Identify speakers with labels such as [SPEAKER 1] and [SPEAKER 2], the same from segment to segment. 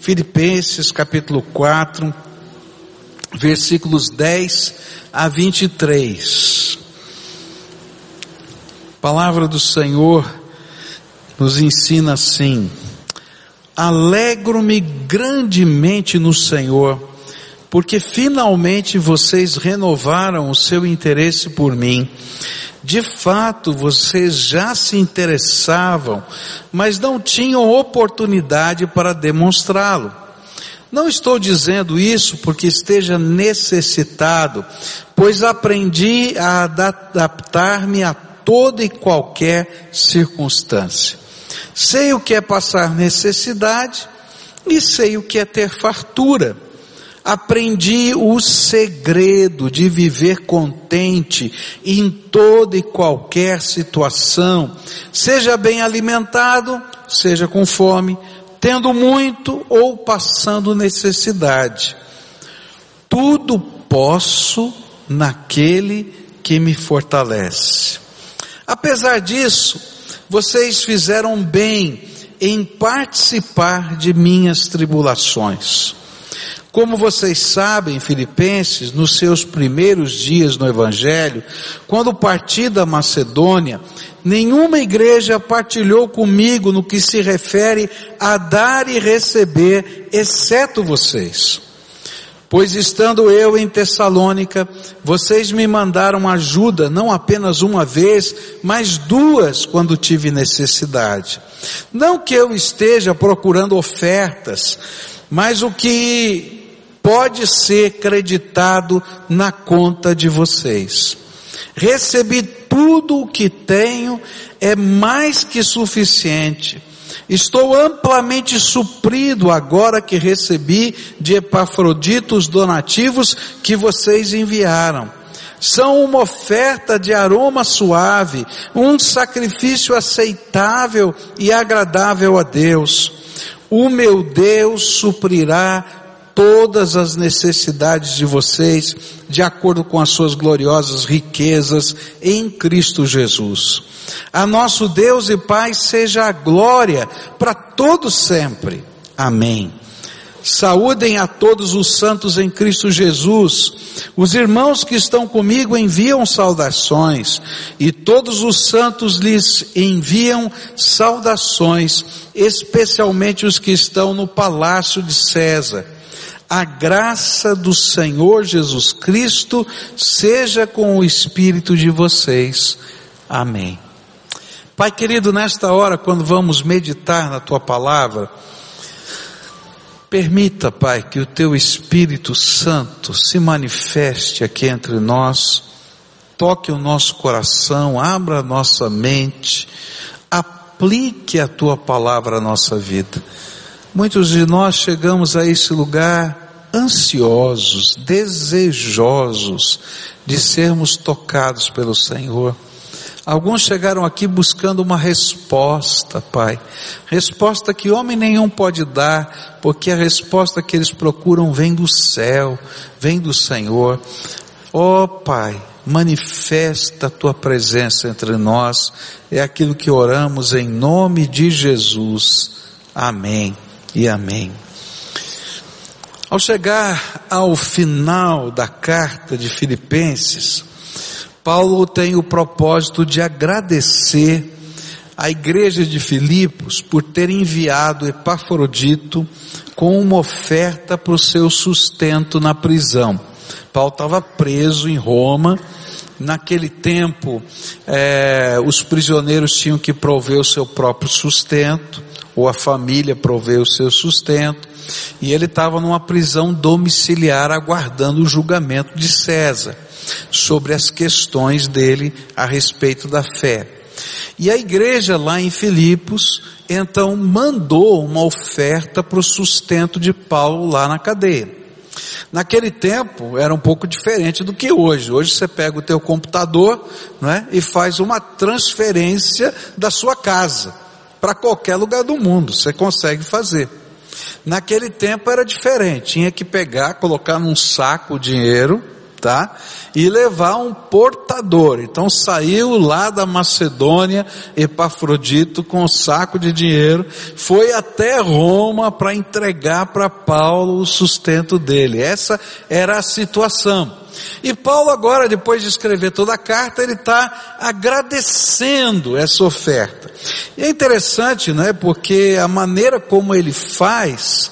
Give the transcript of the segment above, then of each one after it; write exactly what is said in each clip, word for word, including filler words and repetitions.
[SPEAKER 1] Filipenses capítulo quatro, versículos dez a vinte e três. A palavra do Senhor nos ensina assim: alegro-me grandemente no Senhor, porque finalmente vocês renovaram o seu interesse por mim. De fato, vocês já se interessavam, mas não tinham oportunidade para demonstrá-lo. Não estou dizendo isso porque esteja necessitado, pois aprendi a adaptar-me a toda e qualquer circunstância. Sei o que é passar necessidade e sei o que é ter fartura. Aprendi o segredo de viver contente em toda e qualquer situação, seja bem alimentado, seja com fome, tendo muito ou passando necessidade. Tudo posso naquele que me fortalece. Apesar disso, vocês fizeram bem em participar de minhas tribulações. Como vocês sabem, Filipenses, nos seus primeiros dias no Evangelho, quando parti da Macedônia, nenhuma igreja partilhou comigo no que se refere a dar e receber, exceto vocês. Pois estando eu em Tessalônica, vocês me mandaram ajuda, não apenas uma vez, mas duas quando tive necessidade. Não que eu esteja procurando ofertas, mas o que pode ser creditado na conta de vocês. Recebi tudo o que tenho, é mais que suficiente. Estou amplamente suprido agora que recebi de Epafrodito os donativos que vocês enviaram. São uma oferta de aroma suave, um sacrifício aceitável e agradável a Deus. O meu Deus suprirá todas as necessidades de vocês, de acordo com as suas gloriosas riquezas em Cristo Jesus. A nosso Deus e Pai seja a glória para todos sempre. Amém. Saúdem a todos os santos em Cristo Jesus. Os irmãos que estão comigo enviam saudações, e todos os santos lhes enviam saudações, especialmente os que estão no palácio de César. A graça do Senhor Jesus Cristo seja com o espírito de vocês. Amém. Pai querido, nesta hora, quando vamos meditar na Tua palavra, permita, Pai, que o Teu Espírito Santo se manifeste aqui entre nós, toque o nosso coração, abra a nossa mente, aplique a Tua palavra à nossa vida. Muitos de nós chegamos a esse lugar ansiosos, desejosos de sermos tocados pelo Senhor. Alguns chegaram aqui buscando uma resposta, Pai. Resposta que homem nenhum pode dar, porque a resposta que eles procuram vem do céu, vem do Senhor. Ó Pai, manifesta a Tua presença entre nós. É aquilo que oramos em nome de Jesus. Amém e amém. Ao chegar ao final da carta de Filipenses, Paulo tem o propósito de agradecer à igreja de Filipos por ter enviado Epafrodito com uma oferta para o seu sustento na prisão. Paulo estava preso em Roma. Naquele tempo, é, os prisioneiros tinham que prover o seu próprio sustento, ou a família prover o seu sustento, e ele estava numa prisão domiciliar aguardando o julgamento de César sobre as questões dele a respeito da fé. E a igreja lá em Filipos então mandou uma oferta para o sustento de Paulo lá na cadeia. Naquele tempo era um pouco diferente do que hoje. Hoje você pega o teu computador, não é, e faz uma transferência da sua casa para qualquer lugar do mundo, você consegue fazer. Naquele tempo era diferente, tinha que pegar, colocar num saco o dinheiro, tá? E levar um portador. Então saiu lá da Macedônia, Epafrodito, com um saco de dinheiro, foi até Roma para entregar para Paulo o sustento dele. Essa era a situação. E Paulo agora, depois de escrever toda a carta, ele está agradecendo essa oferta. E é interessante, né? Porque a maneira como ele faz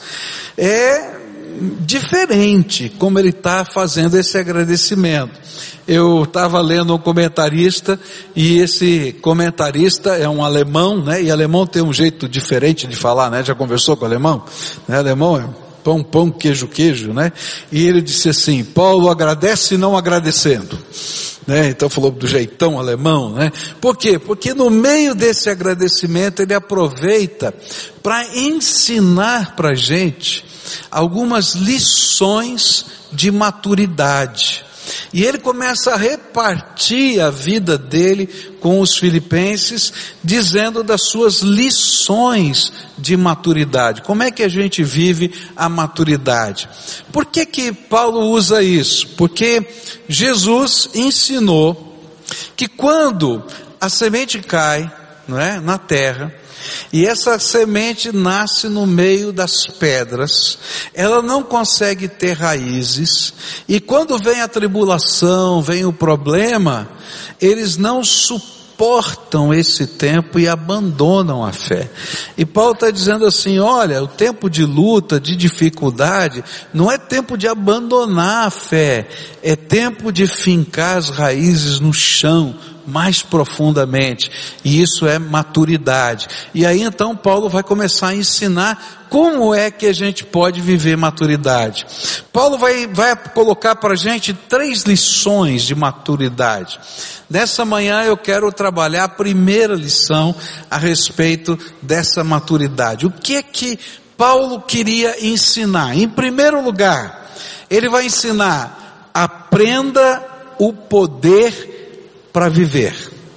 [SPEAKER 1] é diferente, como ele está fazendo esse agradecimento. Eu estava lendo um comentarista, e esse comentarista é um alemão, né? E alemão tem um jeito diferente de falar, né? Já conversou com o alemão? Né? Alemão é pão, pão, queijo, queijo, né? E ele disse assim: Paulo agradece não agradecendo. Né? Então falou do jeitão alemão, né? Por quê? Porque no meio desse agradecimento ele aproveita para ensinar para a gente algumas lições de maturidade. E ele começa a repartir a vida dele com os filipenses, dizendo das suas lições de maturidade. Como é que a gente vive a maturidade? Por que que Paulo usa isso? Porque Jesus ensinou que quando a semente cai, não é, na terra, e essa semente nasce no meio das pedras, ela não consegue ter raízes, e quando vem a tribulação, vem o problema, eles não suportam esse tempo e abandonam a fé. E Paulo está dizendo assim: olha, o tempo de luta, de dificuldade, não é tempo de abandonar a fé, é tempo de fincar as raízes no chão, mais profundamente, e isso é maturidade. E aí então Paulo vai começar a ensinar como é que a gente pode viver maturidade. Paulo vai, vai colocar para a gente três lições de maturidade. Nessa manhã eu quero trabalhar a primeira lição a respeito dessa maturidade. O que é que Paulo queria ensinar? Em primeiro lugar, ele vai ensinar: aprenda o poder para viver.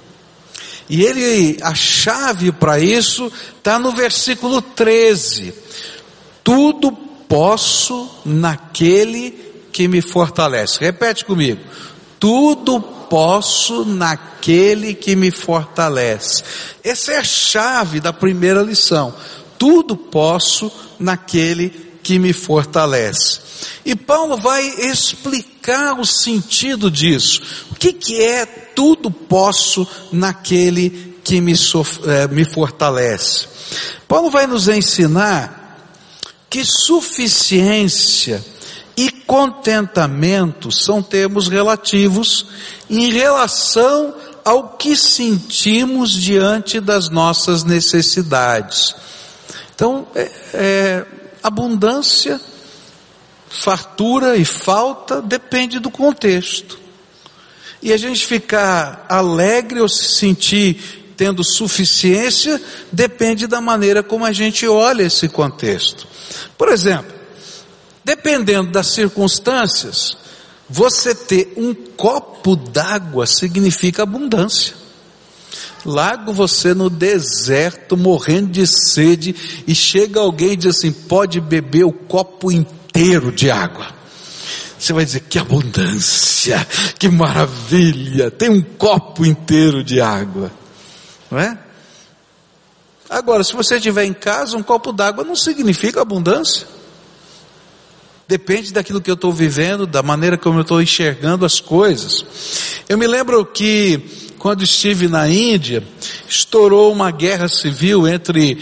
[SPEAKER 1] E ele, a chave para isso está no versículo treze. Tudo posso naquele que me fortalece. Repete comigo. Tudo posso naquele que me fortalece. Essa é a chave da primeira lição. Tudo posso naquele que me fortalece. E Paulo vai explicar o sentido disso. O que que é tudo posso naquele que me, sof- eh, me fortalece? Paulo vai nos ensinar que suficiência e contentamento são termos relativos em relação ao que sentimos diante das nossas necessidades. Então, é, é, abundância, fartura e falta depende do contexto. E a gente ficar alegre ou se sentir tendo suficiência depende da maneira como a gente olha esse contexto. Por exemplo, dependendo das circunstâncias, você ter um copo d'água significa abundância. Larga você no deserto, morrendo de sede, e chega alguém e diz assim: pode beber o copo inteiro de água. Você vai dizer: que abundância, que maravilha, tem um copo inteiro de água, não é? Agora, se você tiver em casa, um copo d'água não significa abundância. Depende daquilo que eu estou vivendo, da maneira como eu estou enxergando as coisas. Eu me lembro que quando estive na Índia, estourou uma guerra civil entre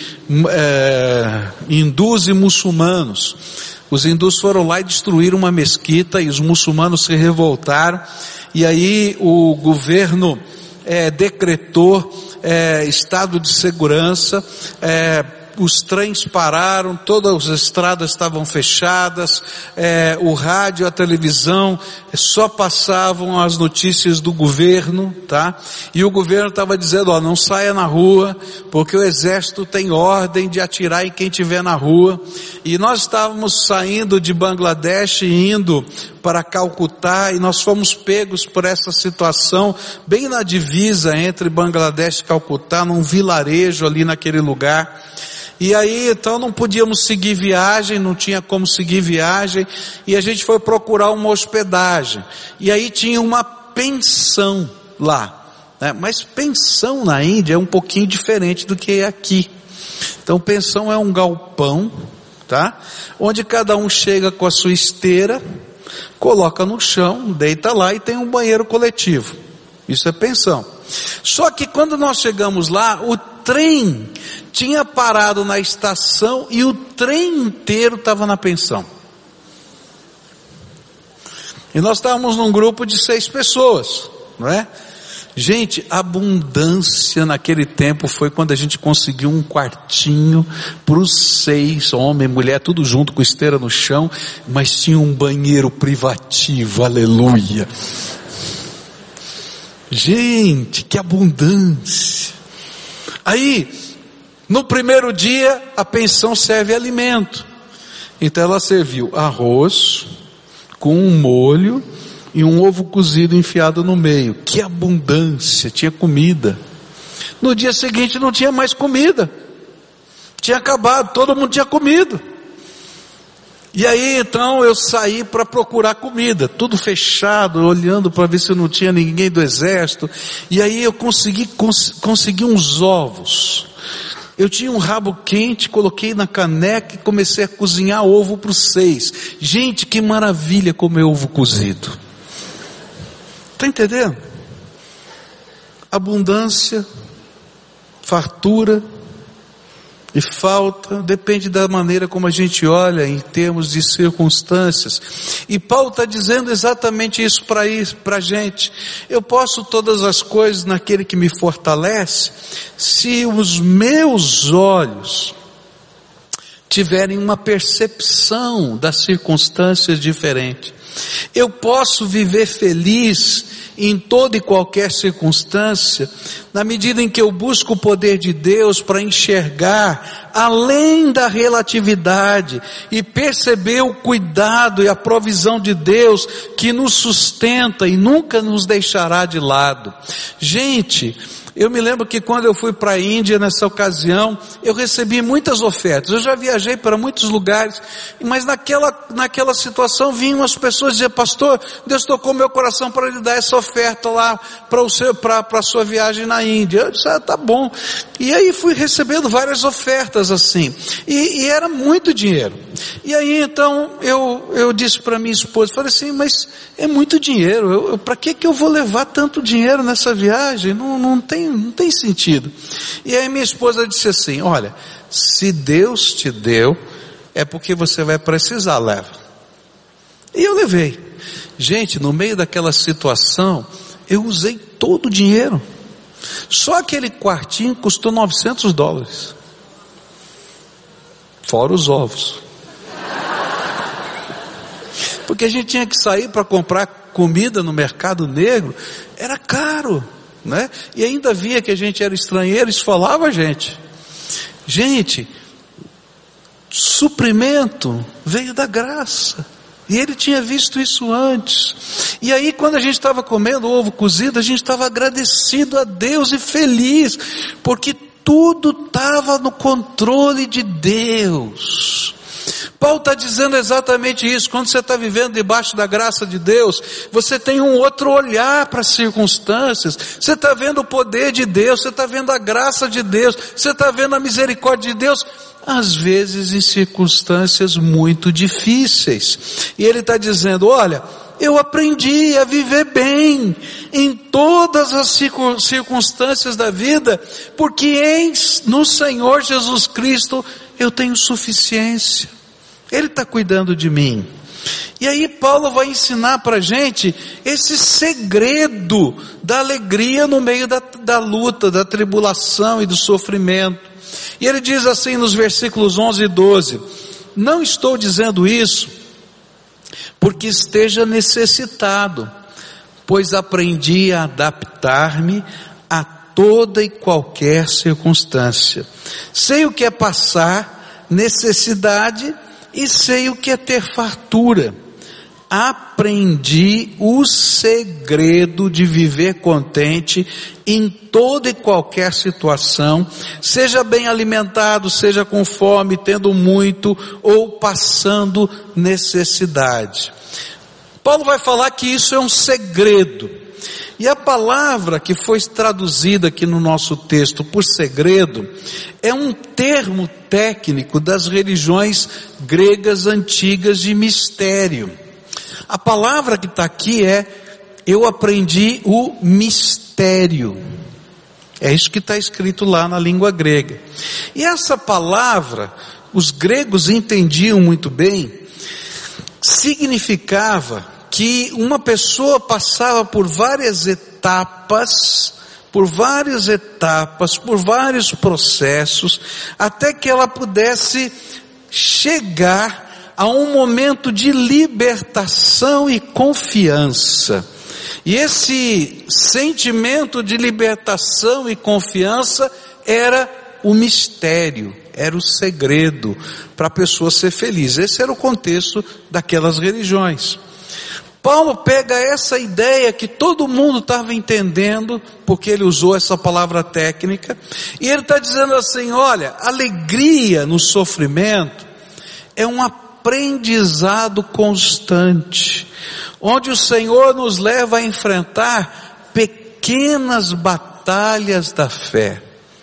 [SPEAKER 1] é, hindus e muçulmanos. Os hindus foram lá e destruíram uma mesquita, e os muçulmanos se revoltaram, e aí o governo é, decretou é, estado de segurança, é, os trens pararam, todas as estradas estavam fechadas, é, o rádio, a televisão só passavam as notícias do governo, tá? E o governo estava dizendo: ó, não saia na rua, porque o exército tem ordem de atirar em quem estiver na rua. E nós estávamos saindo de Bangladesh e indo para Calcutá, e nós fomos pegos por essa situação, bem na divisa entre Bangladesh e Calcutá, num vilarejo ali naquele lugar. E aí então não podíamos seguir viagem, não tinha como seguir viagem, e a gente foi procurar uma hospedagem, e aí tinha uma pensão lá, né? Mas pensão na Índia é um pouquinho diferente do que é aqui. Então pensão é um galpão, tá? Onde cada um chega com a sua esteira, coloca no chão, deita lá e tem um banheiro coletivo. Isso é pensão. Só que quando nós chegamos lá, o trem tinha parado na estação e o trem inteiro estava na pensão. E nós estávamos num grupo de seis pessoas, não é? Gente, abundância naquele tempo foi quando a gente conseguiu um quartinho para os seis, homem, mulher, tudo junto com esteira no chão, mas tinha um banheiro privativo, aleluia. Gente, que abundância. Aí, no primeiro dia, a pensão serve alimento. Então ela serviu arroz com um molho e um ovo cozido enfiado no meio. Que abundância, tinha comida. No dia seguinte não tinha mais comida. Tinha acabado, todo mundo tinha comido. E aí então eu saí para procurar comida, tudo fechado, olhando para ver se não tinha ninguém do exército. E aí eu consegui, cons, consegui uns ovos. Eu tinha um rabo quente, coloquei na caneca e comecei a cozinhar ovo para os seis. Gente, que maravilha comer ovo cozido. Está entendendo? Abundância, fartura e falta, depende da maneira como a gente olha em termos de circunstâncias. E Paulo está dizendo exatamente isso para a gente. Eu posso todas as coisas naquele que me fortalece, se os meus olhos tiverem uma percepção das circunstâncias diferentes. Eu posso viver feliz em toda e qualquer circunstância, na medida em que eu busco o poder de Deus para enxergar além da relatividade e perceber o cuidado e a provisão de Deus que nos sustenta e nunca nos deixará de lado. Gente, eu me lembro que quando eu fui para a Índia nessa ocasião, eu recebi muitas ofertas. Eu já viajei para muitos lugares, mas naquela, naquela situação vinham as pessoas dizer: pastor, Deus tocou meu coração para lhe dar essa oferta lá para o seu, para, para a sua viagem na Índia. Eu disse: ah, tá bom. E aí fui recebendo várias ofertas assim, e, e era muito dinheiro. E aí então eu, eu disse para minha esposa, falei assim: mas é muito dinheiro, eu, eu, para que que eu vou levar tanto dinheiro nessa viagem? Não, não tem Não tem sentido. E aí minha esposa disse assim: olha, se Deus te deu, é porque você vai precisar, leva. E eu levei. Gente, no meio daquela situação, eu usei todo o dinheiro. Só aquele quartinho custou novecentos dólares. Fora os ovos. Porque a gente tinha que sair para comprar comida no mercado negro, era caro. Né? E ainda via que a gente era estranheiro, esfolava a gente. Gente, suprimento veio da graça. E ele tinha visto isso antes. E aí quando a gente estava comendo ovo cozido, a gente estava agradecido a Deus e feliz, porque tudo estava no controle de Deus. Paulo está dizendo exatamente isso. Quando você está vivendo debaixo da graça de Deus, você tem um outro olhar para as circunstâncias. Você está vendo o poder de Deus, você está vendo a graça de Deus, você está vendo a misericórdia de Deus, às vezes em circunstâncias muito difíceis. E ele está dizendo: olha, eu aprendi a viver bem em todas as circunstâncias da vida, porque em, no Senhor Jesus Cristo eu tenho suficiência. Ele está cuidando de mim. E aí Paulo vai ensinar para a gente esse segredo da alegria no meio da, da luta, da tribulação e do sofrimento. E ele diz assim nos versículos onze e doze: não estou dizendo isso porque esteja necessitado, pois aprendi a adaptar-me a toda e qualquer circunstância. Sei o que é passar necessidade e sei o que é ter fartura. aprendi o segredo de viver contente em toda e qualquer situação, seja bem alimentado, seja com fome, tendo muito ou passando necessidade. Paulo vai falar que isso é um segredo. E a palavra que foi traduzida aqui no nosso texto por segredo é um termo técnico das religiões gregas antigas de mistério. A palavra que está aqui é: eu aprendi o mistério. É isso que está escrito lá na língua grega. E essa palavra, os gregos entendiam muito bem, significava que uma pessoa passava por várias etapas, por várias etapas, por vários processos, até que ela pudesse chegar a um momento de libertação e confiança. E esse sentimento de libertação e confiança era o mistério, era o segredo para a pessoa ser feliz. Esse era o contexto daquelas religiões. Paulo pega essa ideia que todo mundo estava entendendo, porque ele usou essa palavra técnica, e ele está dizendo assim: olha, alegria no sofrimento é um aprendizado constante, onde o Senhor nos leva a enfrentar pequenas batalhas da fé.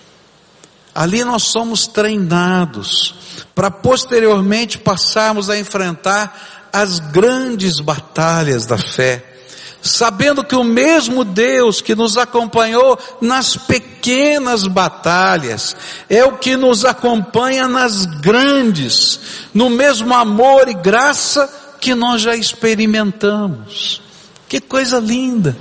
[SPEAKER 1] Ali nós somos treinados para posteriormente passarmos a enfrentar as grandes batalhas da fé, sabendo que o mesmo Deus que nos acompanhou nas pequenas batalhas é o que nos acompanha nas grandes, no mesmo amor e graça que nós já experimentamos. Que coisa linda!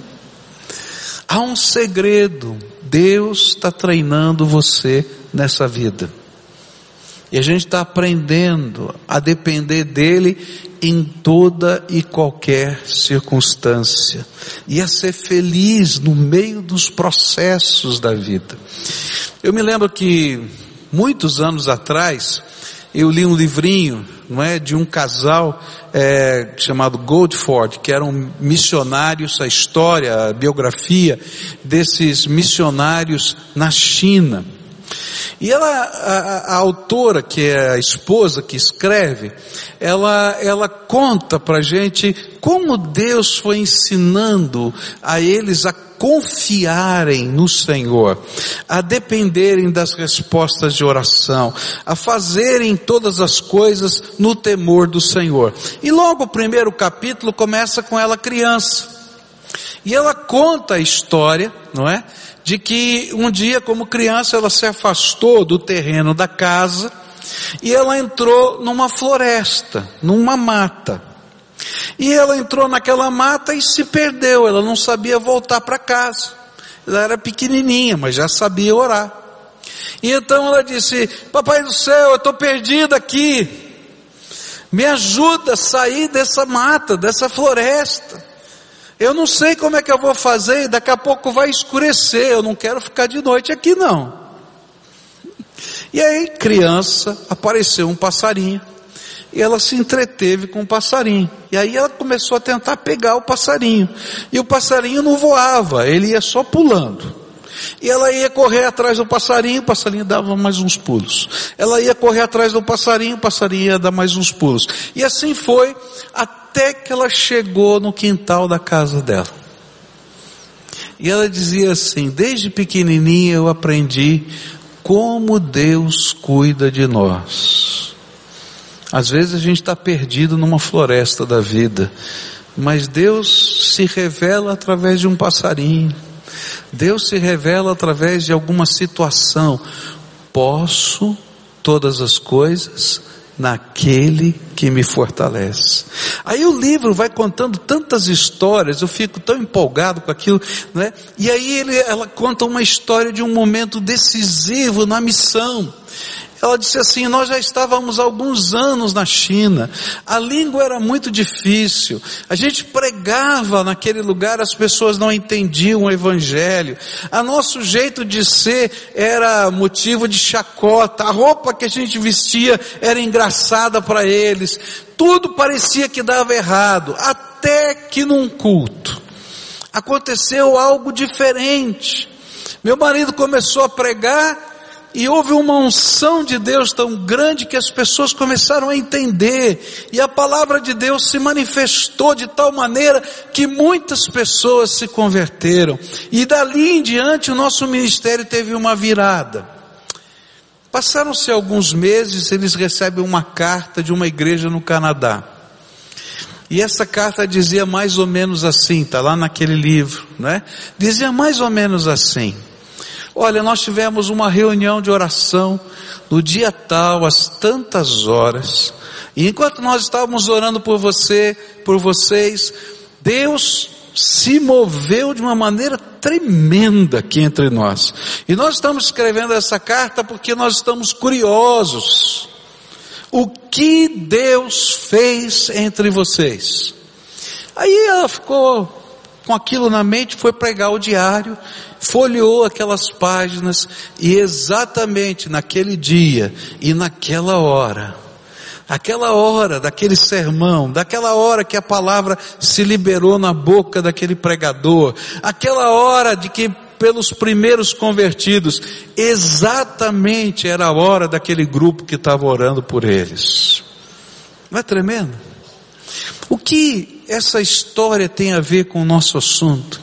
[SPEAKER 1] Há um segredo: Deus está treinando você nessa vida, e a gente está aprendendo a depender dele em toda e qualquer circunstância, e a ser feliz no meio dos processos da vida. Eu me lembro que muitos anos atrás eu li um livrinho, não é, de um casal é, chamado Goldford, que eram missionários, a história, a biografia desses missionários na China. E ela, a, a autora, que é a esposa que escreve, ela, ela conta pra gente como Deus foi ensinando a eles a confiarem no Senhor, a dependerem das respostas de oração, a fazerem todas as coisas no temor do Senhor. E logo o primeiro capítulo começa com ela criança. E ela conta a história, não é? De que um dia, como criança, ela se afastou do terreno da casa e ela entrou numa floresta, numa mata. E ela entrou naquela mata e se perdeu, ela não sabia voltar para casa. Ela era pequenininha, mas já sabia orar. E então ela disse: papai do céu, eu estou perdida aqui, me ajuda a sair dessa mata, dessa floresta. Eu não sei como é que eu vou fazer, daqui a pouco vai escurecer, eu não quero ficar de noite aqui não. E aí, criança, apareceu um passarinho, e ela se entreteve com o passarinho, e aí ela começou a tentar pegar o passarinho, e o passarinho não voava, ele ia só pulando. E ela ia correr atrás do passarinho, o passarinho dava mais uns pulos. Ela ia correr atrás do passarinho, o passarinho ia dar mais uns pulos. E assim foi, até que ela chegou no quintal da casa dela. E ela dizia assim: desde pequenininha eu aprendi como Deus cuida de nós. Às vezes a gente está perdido numa floresta da vida, mas Deus se revela através de um passarinho. Deus se revela através de alguma situação. Posso todas as coisas naquele que me fortalece. Aí o livro vai contando tantas histórias, eu fico tão empolgado com aquilo, né? E aí ele, ela conta uma história de um momento decisivo na missão. Ela disse assim: nós já estávamos há alguns anos na China, a língua era muito difícil, a gente pregava naquele lugar, as pessoas não entendiam o evangelho, a nosso jeito de ser era motivo de chacota, a roupa que a gente vestia era engraçada para eles, tudo parecia que dava errado, até que num culto aconteceu algo diferente. Meu marido começou a pregar e houve uma unção de Deus tão grande que as pessoas começaram a entender, e a palavra de Deus se manifestou de tal maneira que muitas pessoas se converteram, e dali em diante o nosso ministério teve uma virada. Passaram-se alguns meses, eles recebem uma carta de uma igreja no Canadá. E essa carta dizia mais ou menos assim, está lá naquele livro, né? Dizia mais ou menos assim: olha, nós tivemos uma reunião de oração no dia tal, às tantas horas, e enquanto nós estávamos orando por você, por vocês, Deus se moveu de uma maneira tremenda aqui entre nós. E nós estamos escrevendo essa carta porque nós estamos curiosos. O que Deus fez entre vocês? Aí ela ficou com aquilo na mente, foi pregar o diário, folheou aquelas páginas, e exatamente naquele dia e naquela hora, aquela hora daquele sermão, daquela hora que a palavra se liberou na boca daquele pregador, aquela hora de que pelos primeiros convertidos, exatamente era a hora daquele grupo que estava orando por eles. Não é tremendo? O que essa história tem a ver com o nosso assunto?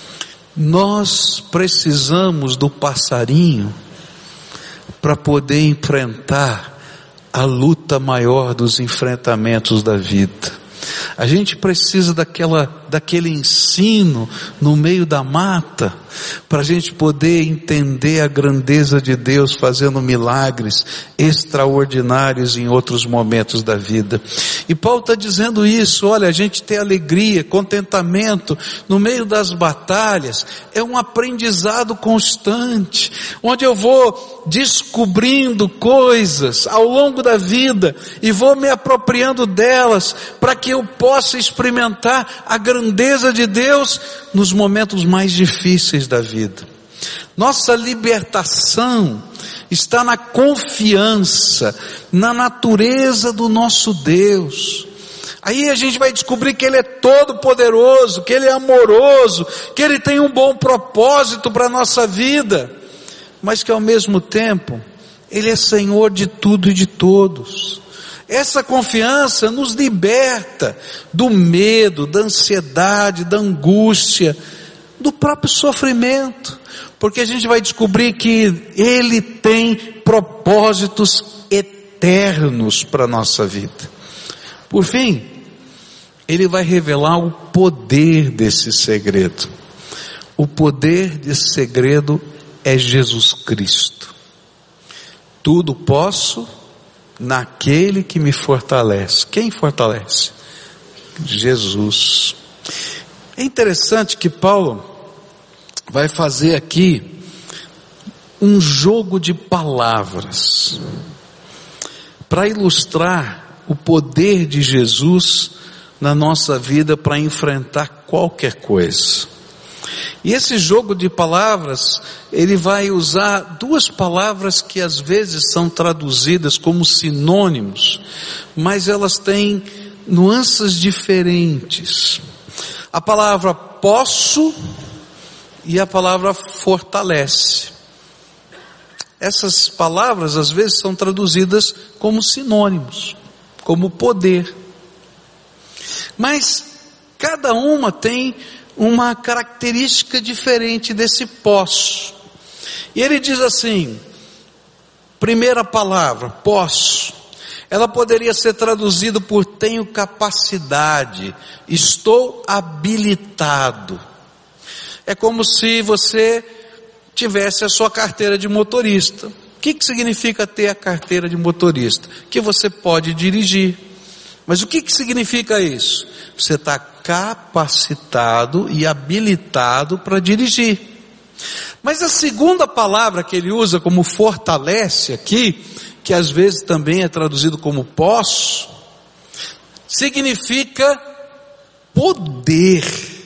[SPEAKER 1] Nós precisamos do passarinho para poder enfrentar a luta maior dos enfrentamentos da vida. A gente precisa daquela, daquele ensino no meio da mata, para a gente poder entender a grandeza de Deus fazendo milagres extraordinários em outros momentos da vida. E Paulo está dizendo isso: olha, a gente ter alegria, contentamento no meio das batalhas, é um aprendizado constante, onde eu vou descobrindo coisas ao longo da vida, e vou me apropriando delas, para que eu possa experimentar a grandeza de Deus nos momentos mais difíceis da vida. Nossa libertação está na confiança, na natureza do nosso Deus. Aí a gente vai descobrir que Ele é todo poderoso, que Ele é amoroso, que Ele tem um bom propósito para a nossa vida, mas que ao mesmo tempo Ele é Senhor de tudo e de todos. Essa confiança nos liberta do medo, da ansiedade, da angústia, do próprio sofrimento, porque a gente vai descobrir que Ele tem propósitos eternos para a nossa vida. Por fim, Ele vai revelar o poder desse segredo. O poder desse segredo é Jesus Cristo. Tudo posso naquele que me fortalece. Quem fortalece? Jesus. É interessante que Paulo vai fazer aqui um jogo de palavras para ilustrar o poder de Jesus na nossa vida para enfrentar qualquer coisa. E esse jogo de palavras, ele vai usar duas palavras que às vezes são traduzidas como sinônimos, mas elas têm nuances diferentes. A palavra posso e a palavra fortalece. Essas palavras às vezes são traduzidas como sinônimos, como poder. Mas cada uma tem uma característica diferente desse posso. E ele diz assim, primeira palavra, posso, ela poderia ser traduzida por tenho capacidade, estou habilitado. É como se você tivesse a sua carteira de motorista. O que que significa ter a carteira de motorista? Que você pode dirigir. Mas o que que significa isso? Você está capacitado e habilitado para dirigir. Mas a segunda palavra que ele usa como fortalece aqui, que às vezes também é traduzido como posso, significa poder,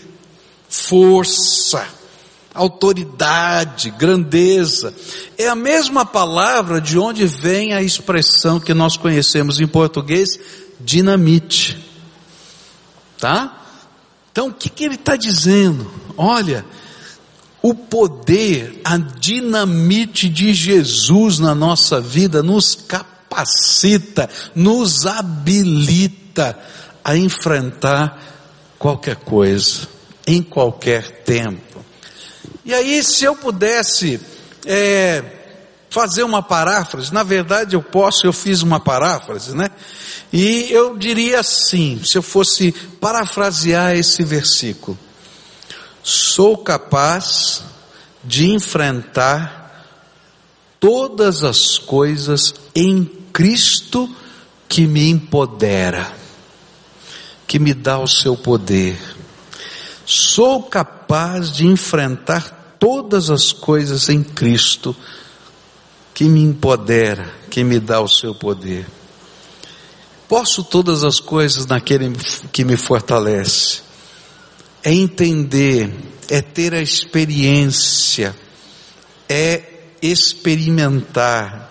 [SPEAKER 1] força, autoridade, grandeza. É a mesma palavra de onde vem a expressão que nós conhecemos em português, dinamite. Tá? Então o que, que ele está dizendo? Olha, o poder, a dinamite de Jesus na nossa vida nos capacita, nos habilita a enfrentar qualquer coisa, em qualquer tempo. E aí, se eu pudesse é, fazer uma paráfrase, na verdade eu posso, eu fiz uma paráfrase, né? E eu diria assim, se eu fosse parafrasear esse versículo: sou capaz de enfrentar todas as coisas em Cristo que me empodera, que me dá o seu poder. Sou capaz de enfrentar todas as coisas em Cristo que me empodera, que me dá o seu poder. Posso todas as coisas naquele que me fortalece. É entender, é ter a experiência, é experimentar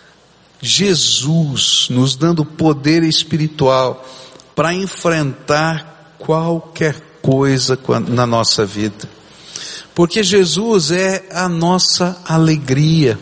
[SPEAKER 1] Jesus nos dando poder espiritual para enfrentar qualquer coisa na nossa vida. Porque Jesus é a nossa alegria.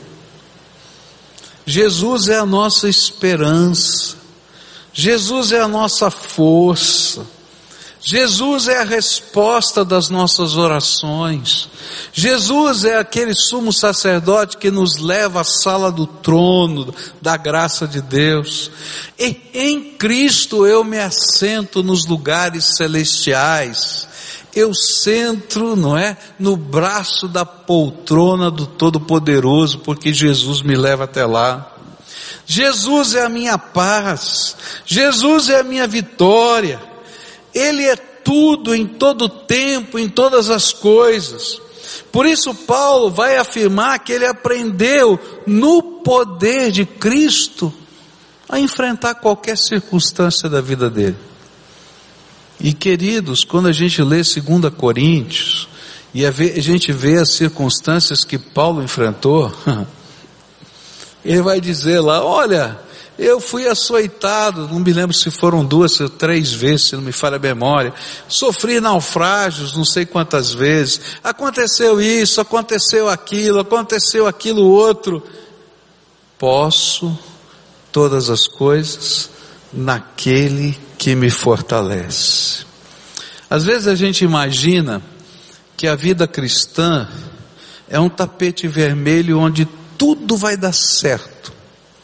[SPEAKER 1] Jesus é a nossa esperança. Jesus é a nossa força. Jesus é a resposta das nossas orações. Jesus é aquele sumo sacerdote que nos leva à sala do trono da graça de Deus. E em Cristo eu me assento nos lugares celestiais. Eu sento, não é, no braço da poltrona do Todo-Poderoso, porque Jesus me leva até lá. Jesus é a minha paz. Jesus é a minha vitória. Ele é tudo, em todo tempo, em todas as coisas. Por isso Paulo vai afirmar que ele aprendeu no poder de Cristo a enfrentar qualquer circunstância da vida dele. E queridos, quando a gente lê dois Coríntios e a gente vê as circunstâncias que Paulo enfrentou, ele vai dizer lá, olha, eu fui açoitado, não me lembro se foram duas ou três vezes, se não me falha a memória, sofri naufrágios não sei quantas vezes, aconteceu isso, aconteceu aquilo, aconteceu aquilo outro. Posso todas as coisas naquele que me fortalece. Às vezes a gente imagina que a vida cristã é um tapete vermelho onde tudo vai dar certo.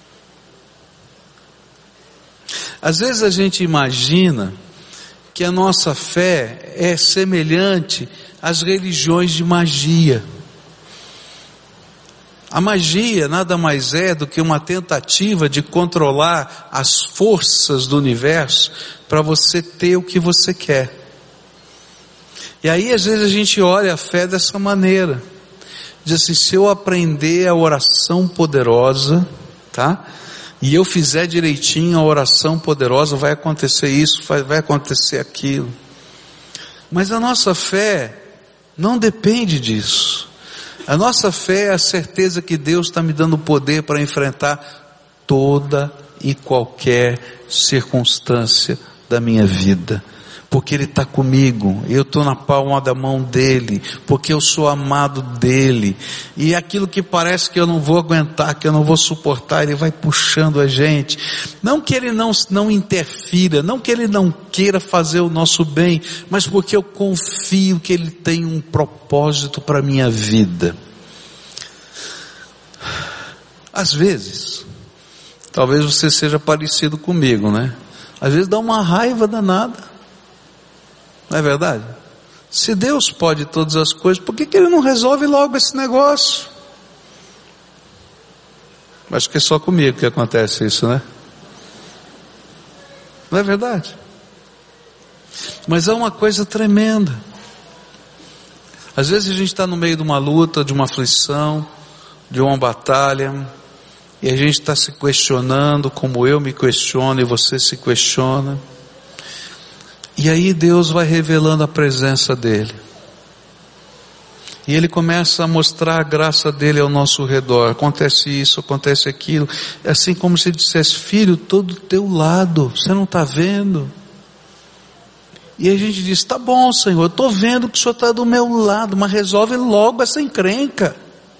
[SPEAKER 1] Às vezes a gente imagina que a nossa fé é semelhante às religiões de magia. A magia nada mais é do que uma tentativa de controlar as forças do universo para você ter o que você quer. E aí às vezes a gente olha a fé dessa maneira. Diz assim, se eu aprender a oração poderosa, tá? E eu fizer direitinho a oração poderosa, vai acontecer isso, vai, vai acontecer aquilo. Mas a nossa fé não depende disso. A nossa fé é a certeza que Deus está me dando poder para enfrentar toda e qualquer circunstância da minha vida. Porque Ele está comigo, eu estou na palma da mão dEle, porque eu sou amado dEle, e aquilo que parece que eu não vou aguentar, que eu não vou suportar, Ele vai puxando a gente. Não que Ele não, não interfira, não que Ele não queira fazer o nosso bem, mas porque eu confio que Ele tem um propósito para a minha vida. Às vezes, talvez você seja parecido comigo, né? Às vezes dá uma raiva danada. Não é verdade? Se Deus pode todas as coisas, por que que Ele não resolve logo esse negócio? Acho que é só comigo que acontece isso, né? Não é verdade? Mas é uma coisa tremenda. Às vezes a gente está no meio de uma luta, de uma aflição, de uma batalha, e a gente está se questionando, como eu me questiono e você se questiona, e aí Deus vai revelando a presença dele, e Ele começa a mostrar a graça dele ao nosso redor. Acontece isso, acontece aquilo, é assim como se dissesse: filho, estou do teu lado, você não está vendo? E a gente diz: tá bom, Senhor, eu estou vendo que o Senhor está do meu lado, mas resolve logo essa encrenca.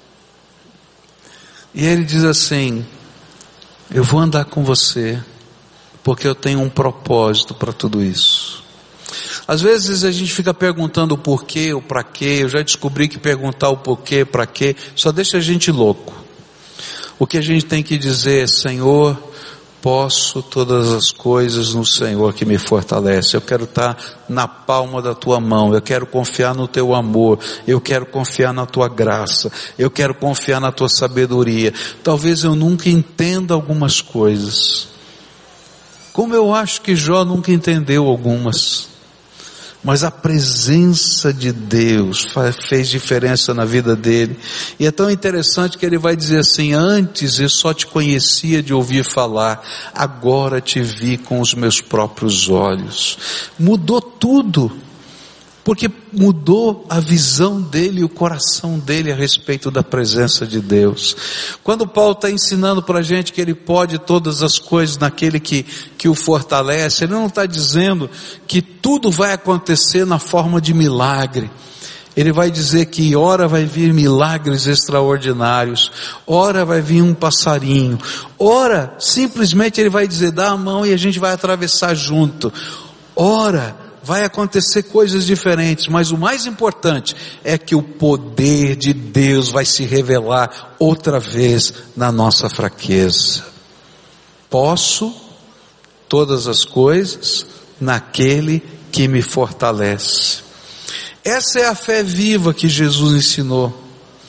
[SPEAKER 1] E Ele diz assim: eu vou andar com você, porque eu tenho um propósito para tudo isso. Às vezes a gente fica perguntando o porquê, o para quê. Eu já descobri que perguntar o porquê, para quê, só deixa a gente louco. O que a gente tem que dizer é: Senhor, posso todas as coisas no Senhor que me fortalece. Eu quero estar na palma da tua mão, eu quero confiar no teu amor, eu quero confiar na tua graça, eu quero confiar na tua sabedoria. Talvez eu nunca entenda algumas coisas, como eu acho que Jó nunca entendeu algumas, mas a presença de Deus fez diferença na vida dele. E é tão interessante que ele vai dizer assim: antes eu só te conhecia de ouvir falar, agora te vi com os meus próprios olhos. Mudou tudo, porque mudou a visão dele e o coração dele a respeito da presença de Deus. Quando Paulo está ensinando para a gente que ele pode todas as coisas naquele que, que o fortalece, ele não está dizendo que tudo vai acontecer na forma de milagre. Ele vai dizer que ora vai vir milagres extraordinários, ora vai vir um passarinho, ora simplesmente ele vai dizer: dá a mão e a gente vai atravessar junto. Ora vai acontecer coisas diferentes, mas o mais importante é que o poder de Deus vai se revelar outra vez na nossa fraqueza. Posso todas as coisas naquele que me fortalece. Essa é a fé viva que Jesus ensinou,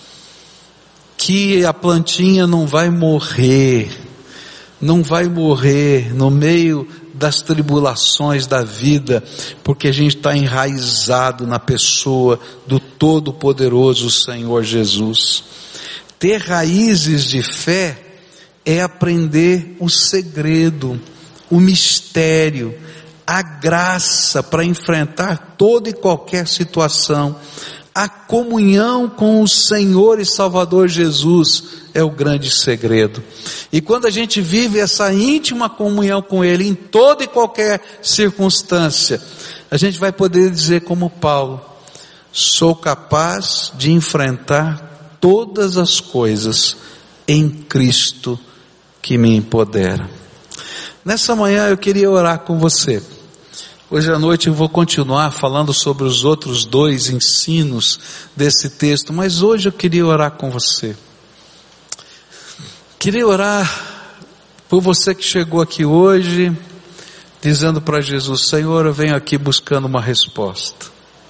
[SPEAKER 1] que a plantinha não vai morrer, não vai morrer no meio das tribulações da vida, porque a gente está enraizado na pessoa do Todo-Poderoso Senhor Jesus. Ter raízes de fé é aprender o segredo, o mistério, a graça para enfrentar toda e qualquer situação. A comunhão com o Senhor e Salvador Jesus é o grande segredo. E quando a gente vive essa íntima comunhão com Ele em toda e qualquer circunstância, a gente vai poder dizer como Paulo: sou capaz de enfrentar todas as coisas em Cristo que me empodera. Nessa manhã eu queria orar com você. Hoje à noite eu vou continuar falando sobre os outros dois ensinos desse texto, mas hoje eu queria orar com você. Queria orar por você que chegou aqui hoje, dizendo para Jesus: Senhor, eu venho aqui buscando uma resposta.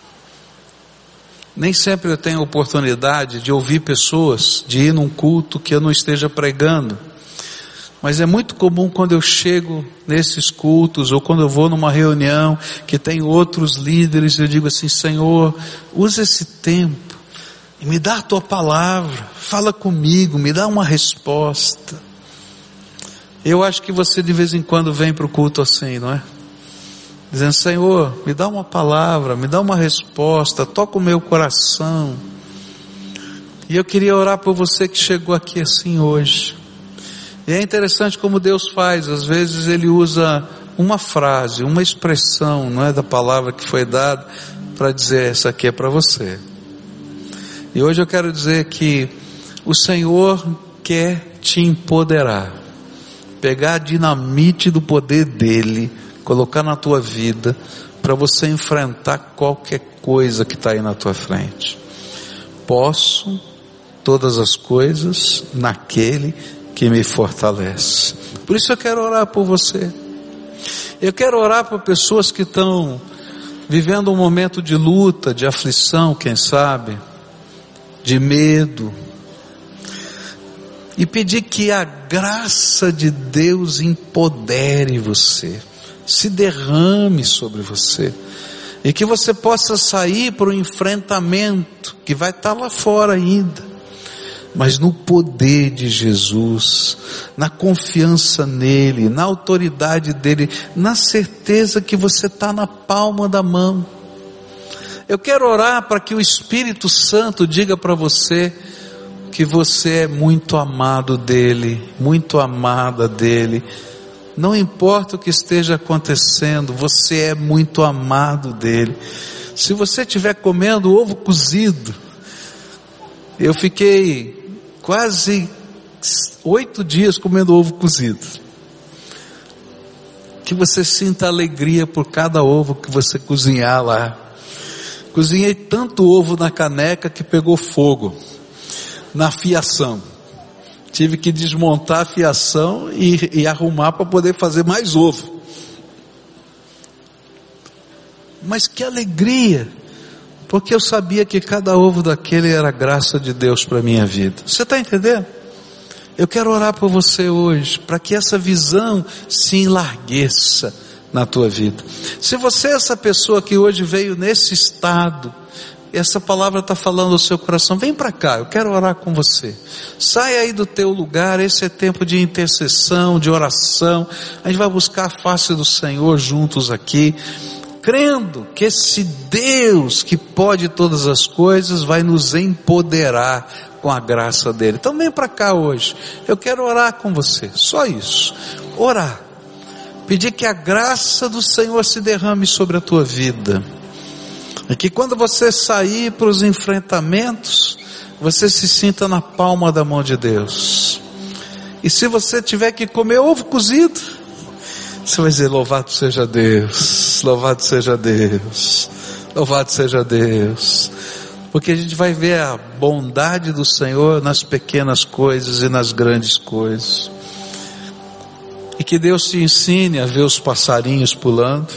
[SPEAKER 1] Nem sempre eu tenho oportunidade de ouvir pessoas, de ir num culto que eu não esteja pregando. Mas é muito comum quando eu chego nesses cultos, ou quando eu vou numa reunião que tem outros líderes, eu digo assim: Senhor, usa esse tempo e me dá a tua palavra, fala comigo, me dá uma resposta. Eu acho que você de vez em quando vem para o culto assim, não é? Dizendo: Senhor, me dá uma palavra, me dá uma resposta, toca o meu coração. E eu queria orar por você que chegou aqui assim hoje. E é interessante como Deus faz, às vezes Ele usa uma frase, uma expressão, não é, da palavra que foi dada, para dizer: essa aqui é para você. E hoje eu quero dizer que o Senhor quer te empoderar, pegar a dinamite do poder dEle, colocar na tua vida, para você enfrentar qualquer coisa que está aí na tua frente. Posso todas as coisas naquele que me fortalece. Por isso eu quero orar por você. Eu quero orar por pessoas que estão vivendo um momento de luta, de aflição, quem sabe, de medo, e pedir que a graça de Deus empodere você, se derrame sobre você, e que você possa sair para o enfrentamento que vai estar lá fora ainda, mas no poder de Jesus, na confiança nele, na autoridade dele, na certeza que você está na palma da mão. Eu quero orar para que o Espírito Santo diga para você que você é muito amado dele, muito amada dele. Não importa o que esteja acontecendo, você é muito amado dele. Se você estiver comendo ovo cozido, eu fiquei quase oito dias comendo ovo cozido. Que você sinta alegria por cada ovo que você cozinhar lá. Cozinhei tanto ovo na caneca que pegou fogo na fiação. Tive que desmontar a fiação e, e arrumar para poder fazer mais ovo. Mas que alegria, porque eu sabia que cada ovo daquele era a graça de Deus para a minha vida. Você está entendendo? Eu quero orar por você hoje, para que essa visão se enlargueça na tua vida. Se você é essa pessoa que hoje veio nesse estado, essa palavra está falando ao seu coração, vem para cá, eu quero orar com você. Sai aí do teu lugar, esse é tempo de intercessão, de oração. A gente vai buscar a face do Senhor juntos aqui, crendo que esse Deus que pode todas as coisas vai nos empoderar com a graça dele. Então vem para cá hoje, eu quero orar com você, só isso, orar, pedir que a graça do Senhor se derrame sobre a tua vida, e que quando você sair para os enfrentamentos, você se sinta na palma da mão de Deus. E se você tiver que comer ovo cozido, você vai dizer, louvado seja Deus, louvado seja Deus, louvado seja Deus. Porque a gente vai ver a bondade do Senhor nas pequenas coisas e nas grandes coisas. E que Deus te ensine a ver os passarinhos pulando,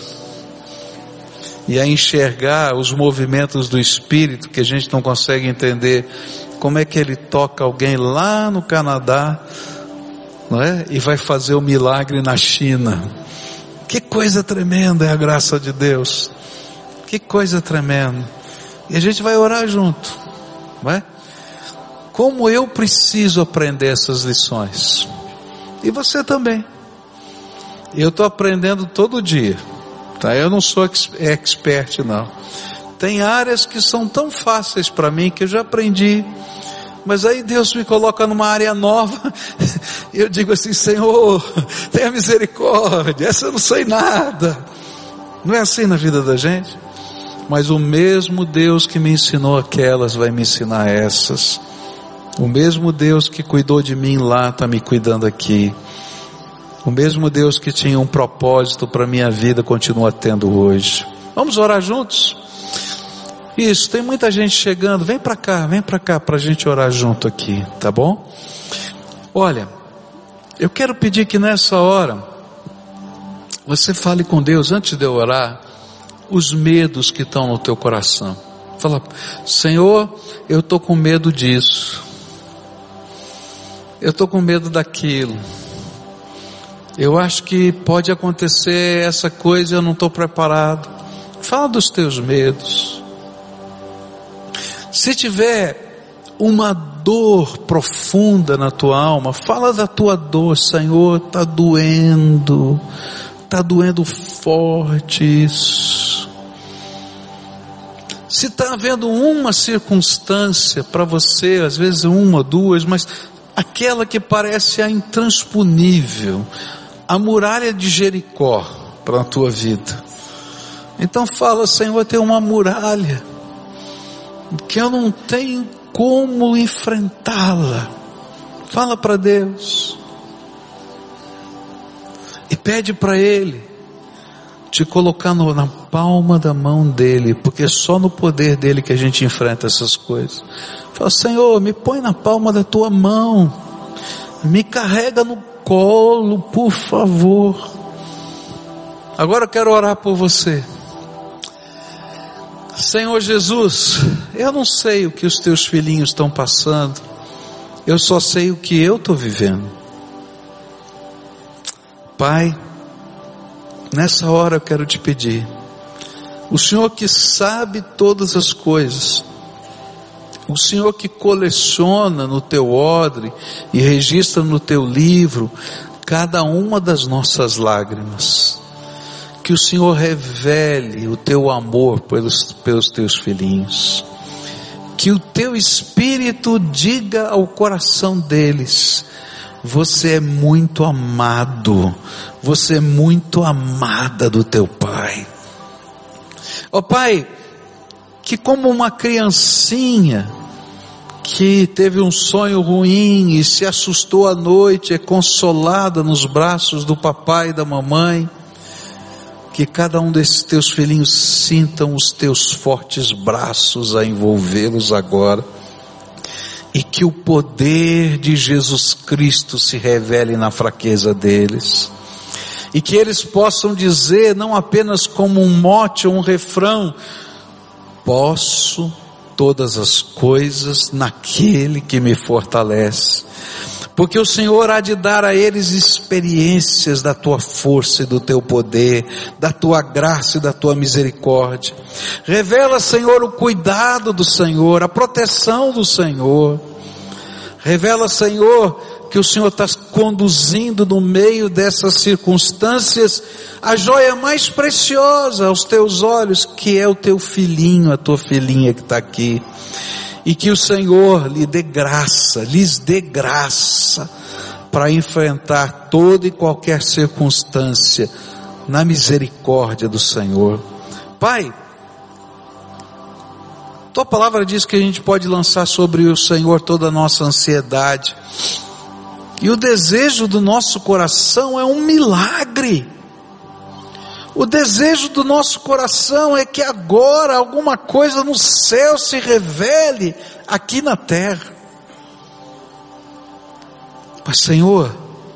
[SPEAKER 1] e a enxergar os movimentos do Espírito, que a gente não consegue entender, como é que ele toca alguém lá no Canadá, não é? E vai fazer o milagre na China. Que coisa tremenda é a graça de Deus, que coisa tremenda. E a gente vai orar junto, não é? Como eu preciso aprender essas lições, e você também. Eu estou aprendendo todo dia, tá? Eu não sou expert não. Tem áreas que são tão fáceis para mim que eu já aprendi, mas aí Deus me coloca numa área nova e eu digo assim, Senhor, tenha misericórdia, essa eu não sei nada. Não é assim na vida da gente? Mas o mesmo Deus que me ensinou aquelas vai me ensinar essas. O mesmo Deus que cuidou de mim lá está me cuidando aqui. O mesmo Deus que tinha um propósito para a minha vida continua tendo hoje. Vamos orar juntos? Isso, tem muita gente chegando. Vem para cá, vem para cá para a gente orar junto aqui, tá bom? Olha, eu quero pedir que nessa hora você fale com Deus, antes de eu orar, os medos que estão no teu coração. Fala, Senhor, eu estou com medo disso, eu estou com medo daquilo, eu acho que pode acontecer essa coisa e eu não estou preparado. Fala dos teus medos. Se tiver uma dor profunda na tua alma, fala da tua dor. Senhor, está doendo, está doendo forte isso. Se está havendo uma circunstância para você, às vezes uma, duas, mas aquela que parece a intransponível, a muralha de Jericó para a tua vida, então fala, Senhor, tem uma muralha que eu não tenho como enfrentá-la. Fala para Deus e pede para Ele te colocar no, na palma da mão dele, porque é só no poder dele que a gente enfrenta essas coisas. Fala, Senhor, me põe na palma da tua mão, me carrega no colo, por favor. Agora eu quero orar por você. Senhor Jesus, eu não sei o que os teus filhinhos estão passando, eu só sei o que eu estou vivendo. Pai, nessa hora eu quero te pedir, o Senhor que sabe todas as coisas, o Senhor que coleciona no teu odre e registra no teu livro cada uma das nossas lágrimas. Que o Senhor revele o teu amor pelos, pelos teus filhinhos. Que o teu Espírito diga ao coração deles: você é muito amado, você é muito amada do teu Pai. Ó oh, Pai, que como uma criancinha que teve um sonho ruim e se assustou à noite, é consolada nos braços do papai e da mamãe, que cada um desses teus filhinhos sintam os teus fortes braços a envolvê-los agora, e que o poder de Jesus Cristo se revele na fraqueza deles, e que eles possam dizer, não apenas como um mote ou um refrão: posso todas as coisas naquele que me fortalece. Porque o Senhor há de dar a eles experiências da tua força e do teu poder, da tua graça e da tua misericórdia. Revela, Senhor, o cuidado do Senhor, a proteção do Senhor. Revela, Senhor, que o Senhor está conduzindo no meio dessas circunstâncias a joia mais preciosa aos teus olhos, que é o teu filhinho, a tua filhinha que está aqui. E que o Senhor lhe dê graça, lhes dê graça para enfrentar toda e qualquer circunstância na misericórdia do Senhor. Pai, tua palavra diz que a gente pode lançar sobre o Senhor toda a nossa ansiedade. E o desejo do nosso coração é um milagre. O desejo do nosso coração é que agora alguma coisa no céu se revele aqui na terra. Mas, Senhor,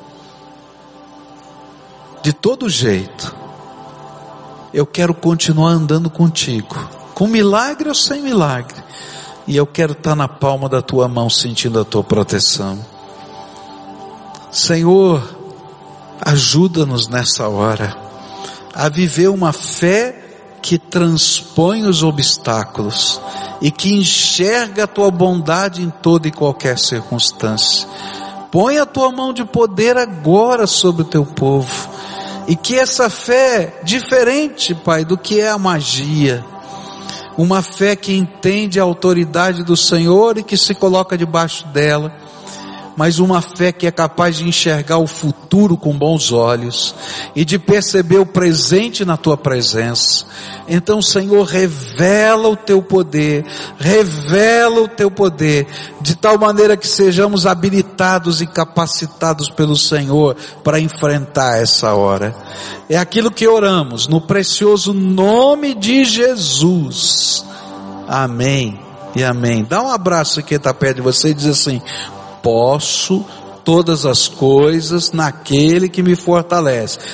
[SPEAKER 1] de todo jeito, eu quero continuar andando contigo, com milagre ou sem milagre, e eu quero estar na palma da tua mão sentindo a tua proteção. Senhor, ajuda-nos nessa hora a viver uma fé que transpõe os obstáculos e que enxerga a tua bondade em toda e qualquer circunstância. Põe a tua mão de poder agora sobre o teu povo, e que essa fé, diferente, Pai, do que é a magia, uma fé que entende a autoridade do Senhor e que se coloca debaixo dela, mas uma fé que é capaz de enxergar o futuro com bons olhos e de perceber o presente na tua presença. Então, Senhor, revela o teu poder, revela o teu poder, de tal maneira que sejamos habilitados e capacitados pelo Senhor para enfrentar essa hora. É aquilo que oramos no precioso nome de Jesus. Amém e amém. Dá um abraço a quem está perto de você e diz assim: posso todas as coisas naquele que me fortalece.